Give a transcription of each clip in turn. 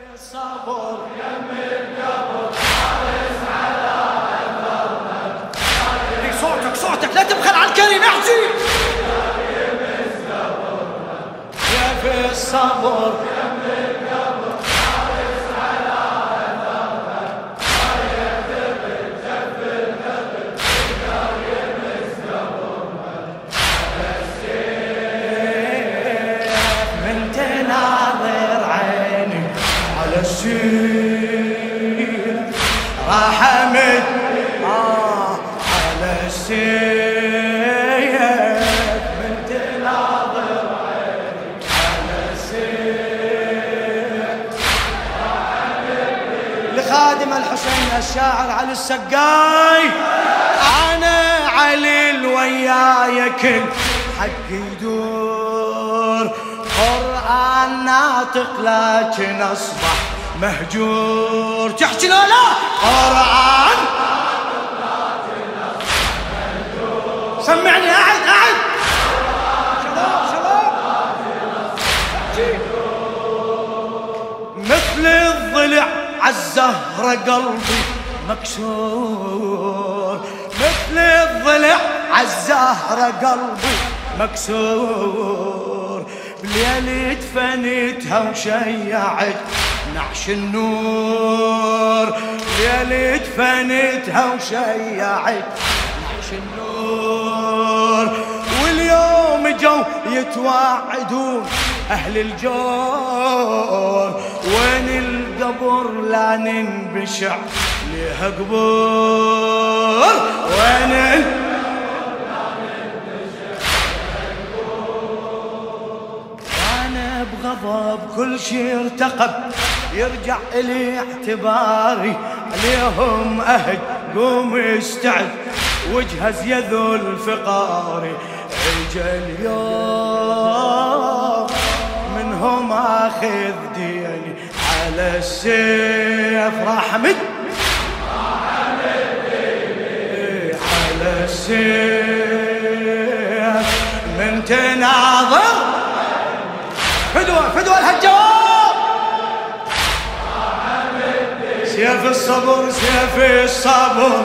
الصبر يم القبر حارس على الأرض. صوتك لا تبخل على الكريم احكي. يا في الصبر يم القبر حارس على الأرض. جف الهبل يقدر يمس قبرنا على السيف من تناظر عيني على السيف راح امد على السيف من تناظر عيني على السيف راح امد لخادم الحسين الشاعر علي السقاي. انا علي الوياي كل حق يدور قرآن ناطق لكن أصبح مهجور. تحكي لا لا قرآن سمعني أعد شباب مثل الضلع عالزهرة قلبي مكسور. مثل الضلع عالزهرة قلبي مكسور. بليل دفنتها وشيعت نعش النور. بليل دفنتها وشيعت نعش النور. واليوم جو يتواعدون أهل الجور وين القبر لا ننبشع لها قبور. وين بغضب كل شي ارتقب يرجع إلي اعتباري عليهم أهد قوم استعد وجهز يا ذو الفقاري. اجا اليوم منهم اخذ ديني على السيف راح مد على السيف من تناظر فدوى الهجار. سيف الصبر سيف الصبر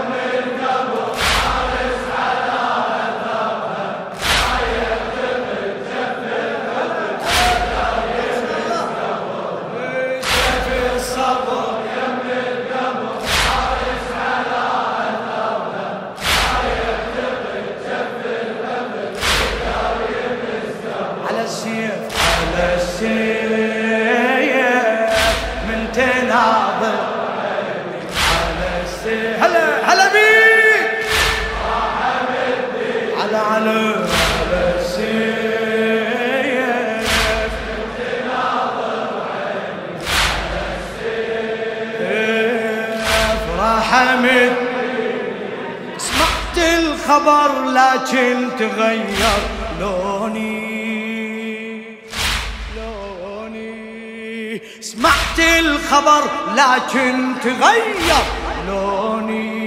هلا بيك على السيف تناظر عيني على السيف راح امد. سمعت الخبر لكن تغير لوني. سمعت الخبر لكن تغير لوني.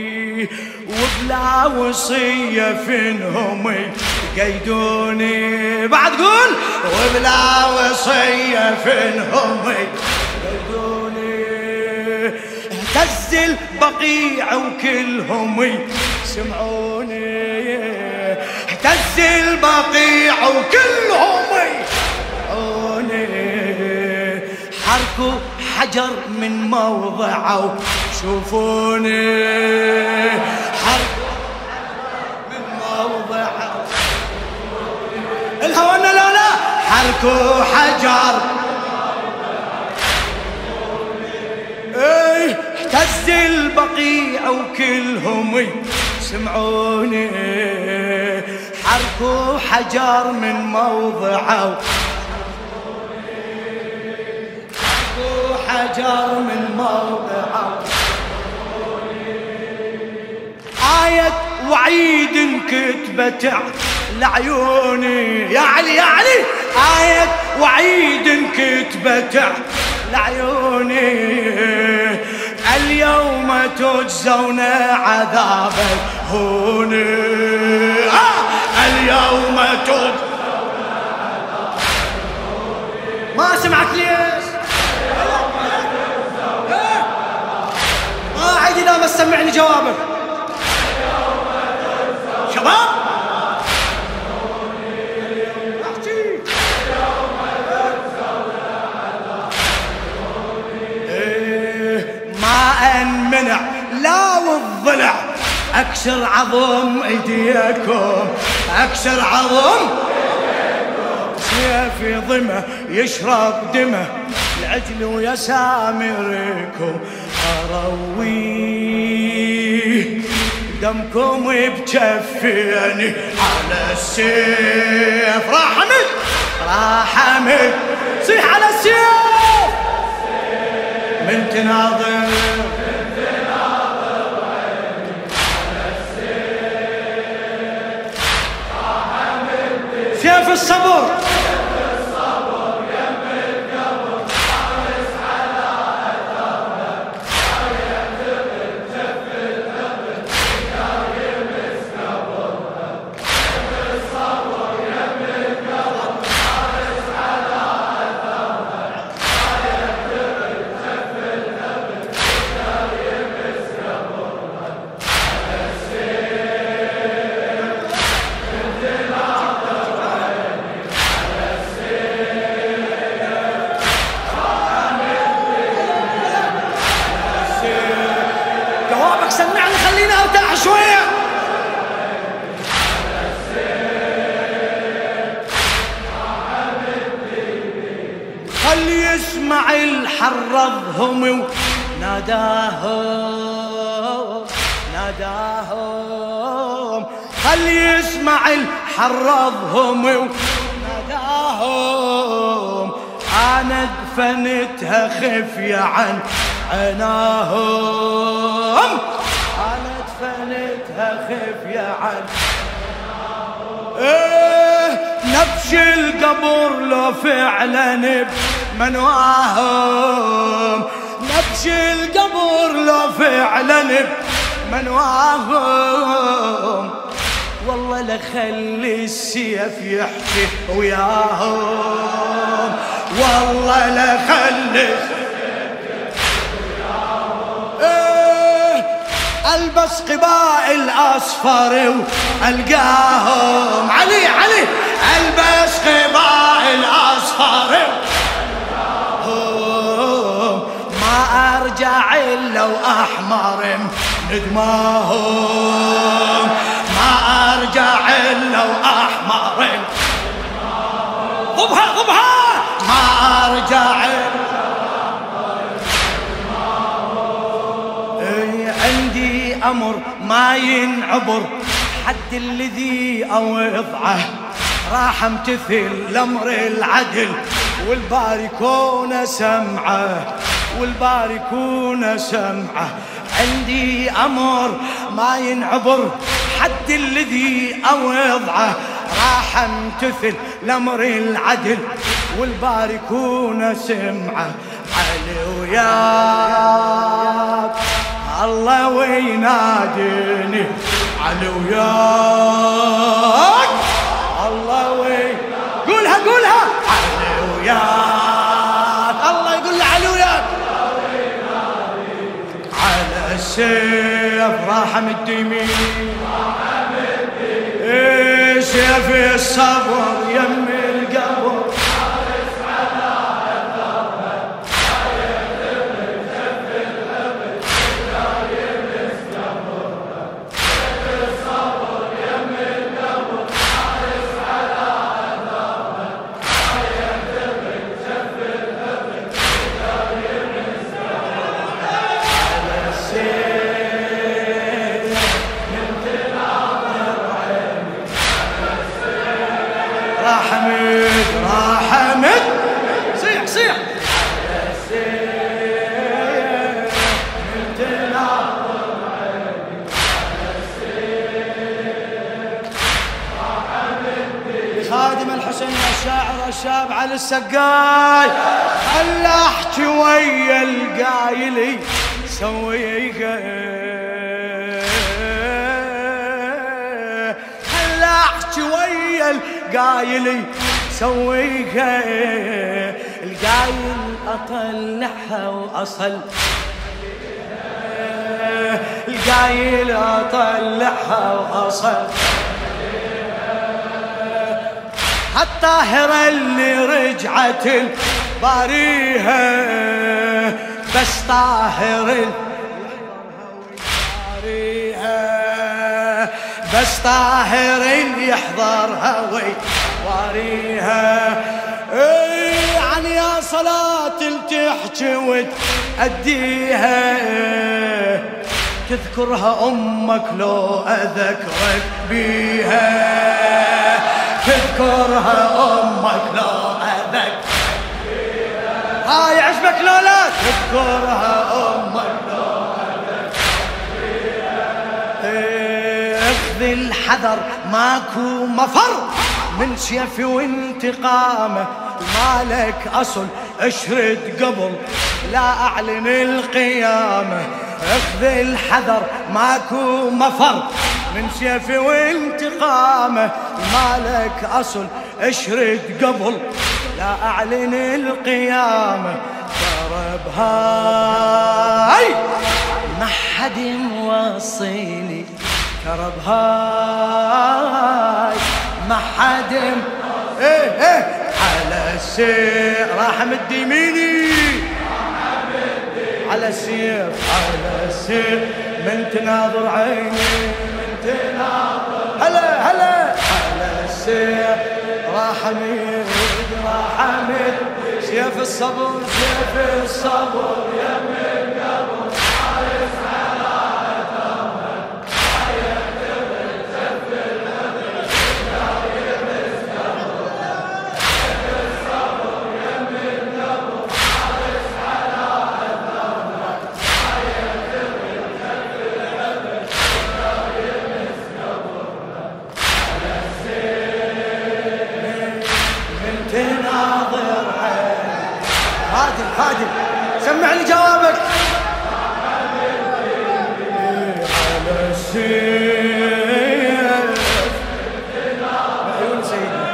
وبلا وصية فينهم يقيدوني. بعد قول وبلا وصية فينهم يقيدوني. اهتز البقيع وكلهم يسمعوني. اهتز البقيع وكلهم يسمعوني. حركوا حجر من موضعه شوفوني. حركوا من موضعه الهوى لا حركوا حجر ايه اهتز البقيع وكلهم سمعوني. حركوا حجر من موضعه حجر من موضعه. آية وعيد كتبت لعيوني يا علي آية وعيد كتبت لعيوني. اليوم تجزون عذاب الهون. اليوم تجزون عذاب الهون. ما سمعت ليش جوابك شباب. ما انمنع لا والضلع، اكسر عظم ايديكم، اكسر عظم سيفي ضمه يشرب دمه العجل ويا سامركم ارويه دمكم بجفيني على السيف. راح حمد راح حمد صيح على السيف من تناظر سيف الصبر يم القبر حارس على أثرها يعتبر جف الأبد يقدر يمس قبرها. سيف الصبر يم القبر حارس على أثرها يعتبر جف الأبد يقدر يمس قبرها. على السيف جوابك سمعني خليني ارتاح شويه. خلي يسمع الحرضهم وناداهم ناداهم، خلي يسمع الحرضهم وناداهم. انا دفنتها خفيه عن عناهم، انا دفنتها خفيه عن نبش القبر لو فعلا بمنواهم، نبش القبر لو فعلا بمنواهم. والله لخلي السيف يحكي وياهم، والله لخلي البس قباء الاصفر والقاهم. علي علي البس قباء الاصفر ما ارجع الا واحمر ندماهم، ما ارجع الا واحمر ضبها ضبها ما ارجع عندي أمر ما ينعبر حد الذي أوضعه، راح امتثل لأمر العدل والباركون سمعه والباركون سمعه. عندي أمر ما ينعبر حد الذي أوضعه، راح امتثل لأمر العدل والباركون سمعه. علي وياك الله ويناديني، علي وياك الله قولها قولها علي وياك الله يقول له علي وياك على السيف راح مد يمين سيف الصبر يم القبر حمد صيح صيح خادم الحسين الشاعر الشاب علي السقاي. هل احكي ويا القايلي سويها، هل احكي ويا القايلي سويها. القايل اطلعها واصل القايل اطلعها واصل الطاهرة اللي رجعت الباريها بس طاهر بس طاهر يحضرها ويواريها يعني يا صلاة تحكي وتأديها تذكرها أمك لو أذكرك بيها تذكرها أمك لو أذكرك بيها هاي عجبك لو لا تذكرها أمك لو أذكرك بيها اخذ الحذر ماكو مفر من سيفي وانتقامه مالك أصل اشرد قبل لا أعلن القيامة اخذ الحذر ماكو مفر من سيفي وانتقامه مالك أصل اشرد قبل لا أعلن القيامة ضرب هاي ما حد موصيني كرب هاي ما حد على السيف راح مد يميني على السيف على السيف من تناظر عيني من تناظر هلا هلا على السيف راح مد سيف الصبر سيف الصبر يا من قبل حارس على أثرها حياة بالسيف الأبد خادم سمعني جوابك على السيف عيون سيدنا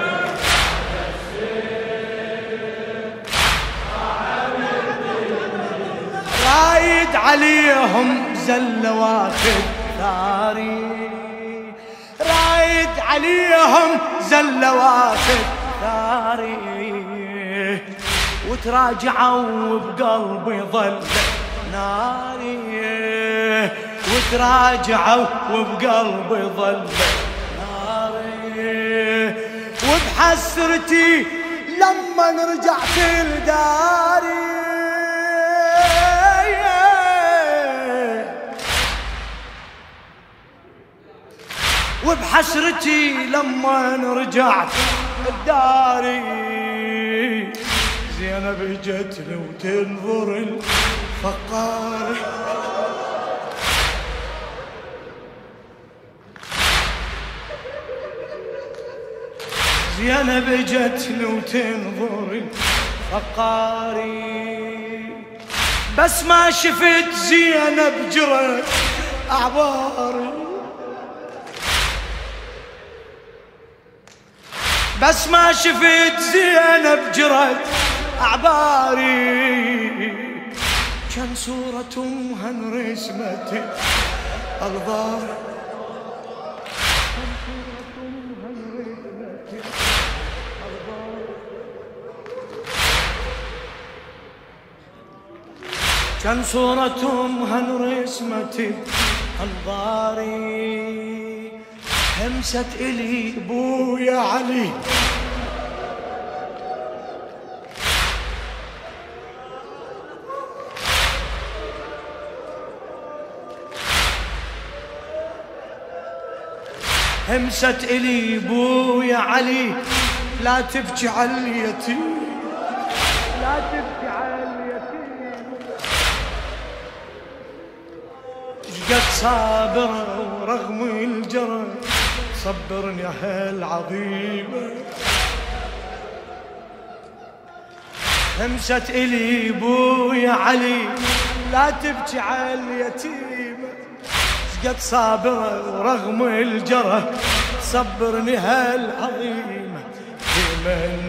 رايد عليهم زلة واخد ثاري رايد عليهم زلة واخد ثاري وتراجعوا بقلبي ظل ناري وتراجعوا وبقلبي ظل ناري وبحسرتي لما رجعت لداري وبحسرتي لما رجعت لداري زينب جت لي وتنظر الفقار زينب جت لي وتنظر الفقاري بس ما شفت زينب جرت أعباري بس ما شفت زينب جرت أعباري كان صورة أمها رسمت الظهر كان صورة أمها رسمت أنظاري همست إلي بويا علي همست إلي بويا علي لا تبكي على اليتيم لا تبكي على اليتيم شقد صابرة ورغم الجرى صبرني هالعظيمة همست إلي بويا علي لا تبكي على اليتيمة قد صابرة ورغم الجرح صبرني هالعظيمة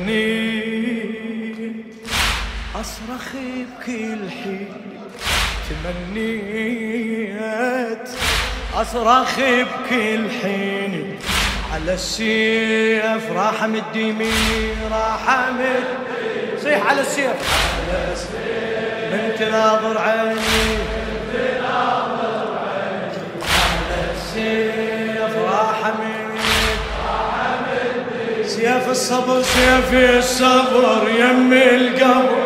تمني أصرخ بكل حين تمنيت أصرخ بكل حين على السيف، راح مد يمين راح مد، صيح على السيف، من تناظر عيني على السيف راح مد، سيف الصبر سيف الصبر يم القبر،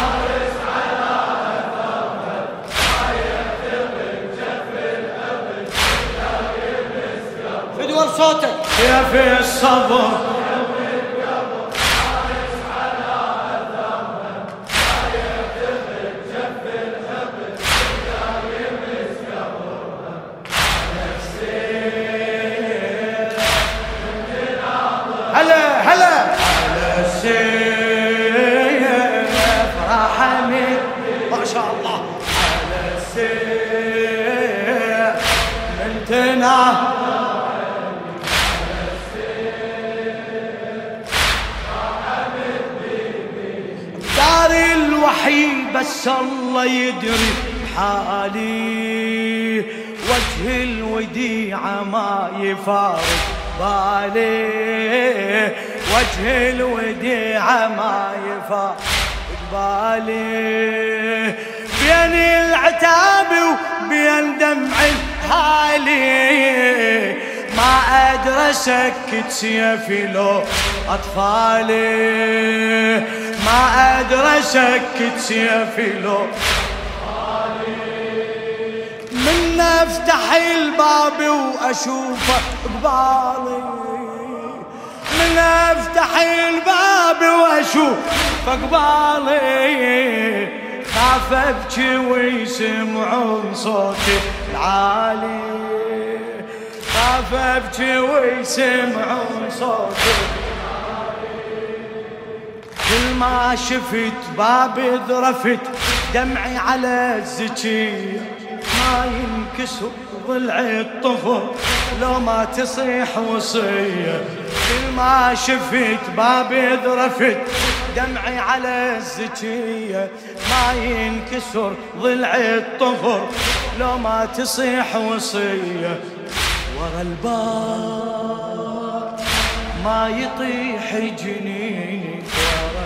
فدور صوتك سيف الصبر هلا هلا على السيف راح مد، ما شاء الله على السيف من تناظر الوحي، بس الله يدري حالي، وجه الوديعة ما يفارق بالي، وجه الوديعة ما يفارق بالي، بين العتاب وبين دمع الحالي، ما أدري أسكت سيفي لو أطفالي، ما أدري أسكت سيفي لو أطفالي، من أفتح الباب وأشوفه قبالي، من أفتح الباب وأشوفه قبالي، خاف أبكي ويسمعون صوتي العالي، خاف أبكي ويسمعون صوتي، كل ما شفت بابي ذرفت دمعي على الزكية، ما ينكسر ضلع الطفل لو ما تصيح وصية، كل ما شفت بابي ذرفت دمعي على الزكية، ما ينكسر ضلع الطفل لو ما تصيح وصية، ورا الباب ما يطيح جنيني، ورا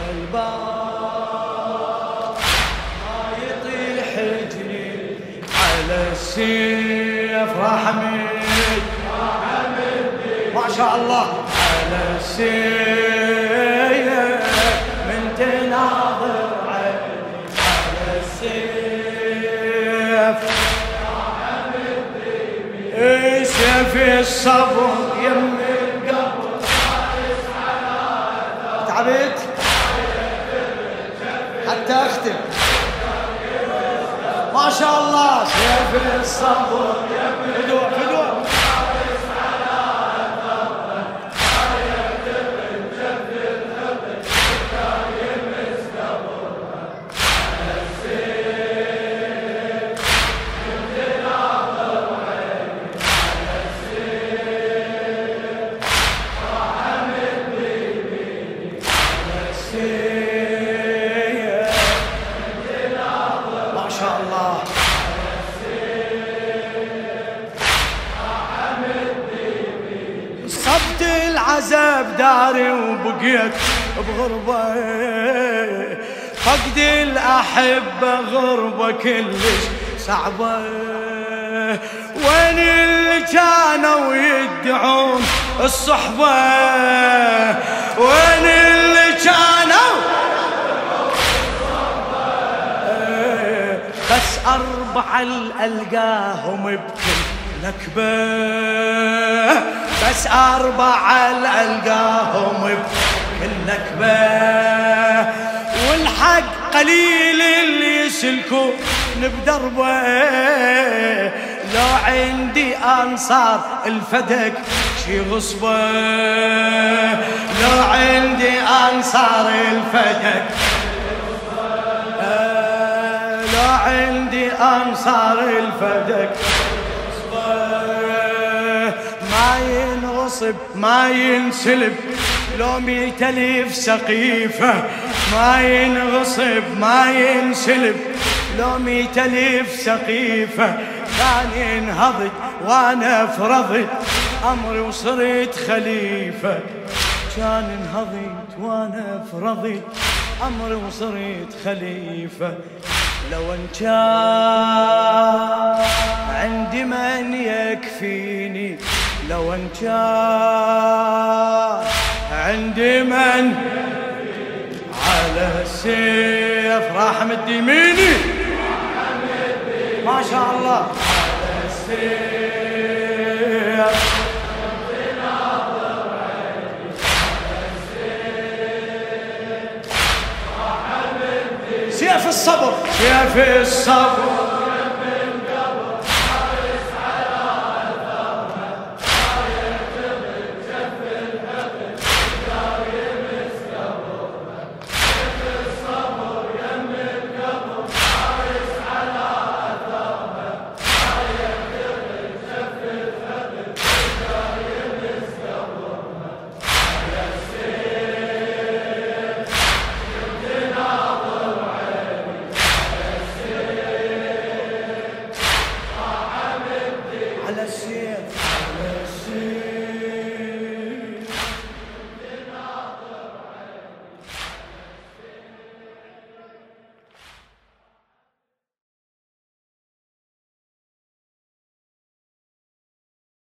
الباب ما يطيح جنيني، على السيف راح مد، ما شاء الله على السيف من تناظر عيني، على السيف سيف الصبر يم القبر، تعبت حتى اختم، ما شاء الله سيف الصبر فدوة فدوة، ما شاء الله صبت العذاب داري وبقيت بغربة، فقد الأحبة غربة كلش صعبة، وين اللي كانوا يدعون الصحبة، وين اللي كانوا بس أربعة ألقاهم بكل نكبة، بس أربعة ألقاهم بكل نكبة، والحق قليل اللي يسلكون بدربه، لو عندي أنصار الفدك شي غصبة، لو عندي أنصار الفدك، لو عندي أنصار الفدك ما ينغصب ما ينسلب، لو 100,000 سقيفة ما ينغصب ما ينسلب، لو 100,000 سقيفة كان انهضت وانا فرضت امري وصرت خليفة. كان انهضت وانا فرضت امري وصرت خليفة. لو ان كان عندي من يكفيني، لو ان كان عندي من على السيف راح مد يميني ما شاء الله على السيف سيف الصبر، سيف الصبر